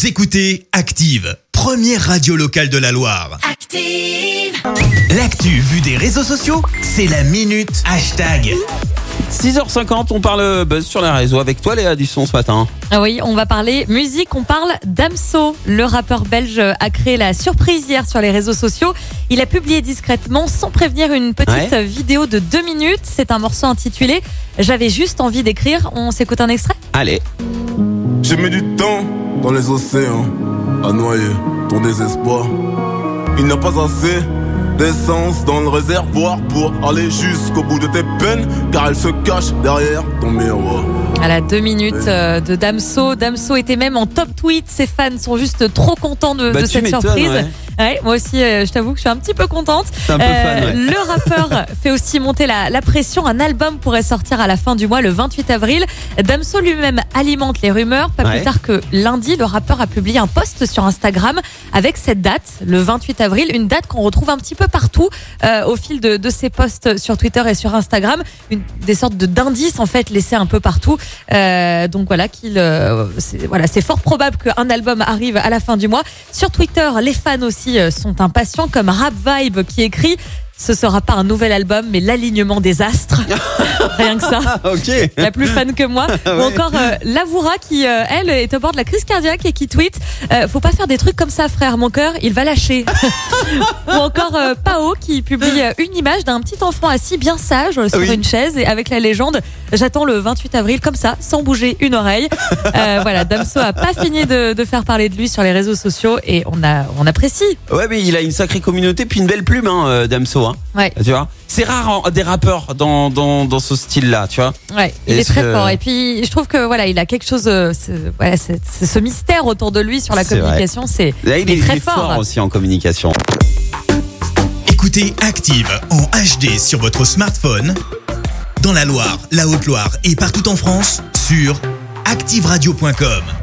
Vous écoutez Active, première radio locale de la Loire. Active. L'actu vue des réseaux sociaux, c'est la minute hashtag. 6h50, on parle buzz sur les réseaux avec toi Léa Dusson ce matin. Ah oui, on va parler musique, on parle d'Amso. Le rappeur belge a créé la surprise hier sur les réseaux sociaux. Il a publié discrètement, sans prévenir, une petite vidéo de 2 minutes. C'est un morceau intitulé « J'avais juste envie d'écrire ». On s'écoute un extrait ? Allez. J'ai mis du temps dans les océans à noyer ton désespoir. Il n'y a pas assez d'essence dans le réservoir pour aller jusqu'au bout de tes peines, car elle se cache derrière ton miroir. À la 2 minutes de Damso. Damso était même en top tweet. Ses fans sont juste trop contents de cette surprise. Ouais, moi aussi, je t'avoue que je suis un petit peu contente. T'es un peu fan, Le rappeur fait aussi monter la pression. Un album pourrait sortir à la fin du mois, le 28 avril. Damso lui-même alimente les rumeurs. Pas plus tard que lundi, le rappeur a publié un post sur Instagram avec cette date, le 28 avril. Une date qu'on retrouve un petit peu partout au fil de ses posts sur Twitter et sur Instagram. Des sortes d'indices en fait laissés un peu partout. Donc voilà, c'est fort probable qu'un album arrive à la fin du mois. Sur Twitter, les fans aussi sont impatients, comme Rap Vibe qui écrit: ce sera pas un nouvel album, mais l'alignement des astres. Rien que ça. Ok. La plus fan que moi. Ou encore Lavoura qui, elle, est au bord de la crise cardiaque et qui tweet: faut pas faire des trucs comme ça, frère, mon cœur, il va lâcher. Ou encore Pao qui publie une image d'un petit enfant assis bien sage sur une chaise et avec la légende: j'attends le 28 avril comme ça, sans bouger une oreille. Voilà, Damso a pas fini de faire parler de lui sur les réseaux sociaux et on apprécie. Ouais, mais il a une sacrée communauté puis une belle plume, Damso. Ouais. Tu vois, c'est rare des rappeurs dans ce style-là, tu vois. Ouais, il est très fort. Et puis, je trouve que voilà, il a quelque chose, c'est ce mystère autour de lui sur la communication. Là, il est très fort aussi en communication. Écoutez Active en HD sur votre smartphone, dans la Loire, la Haute-Loire et partout en France, sur activeradio.com.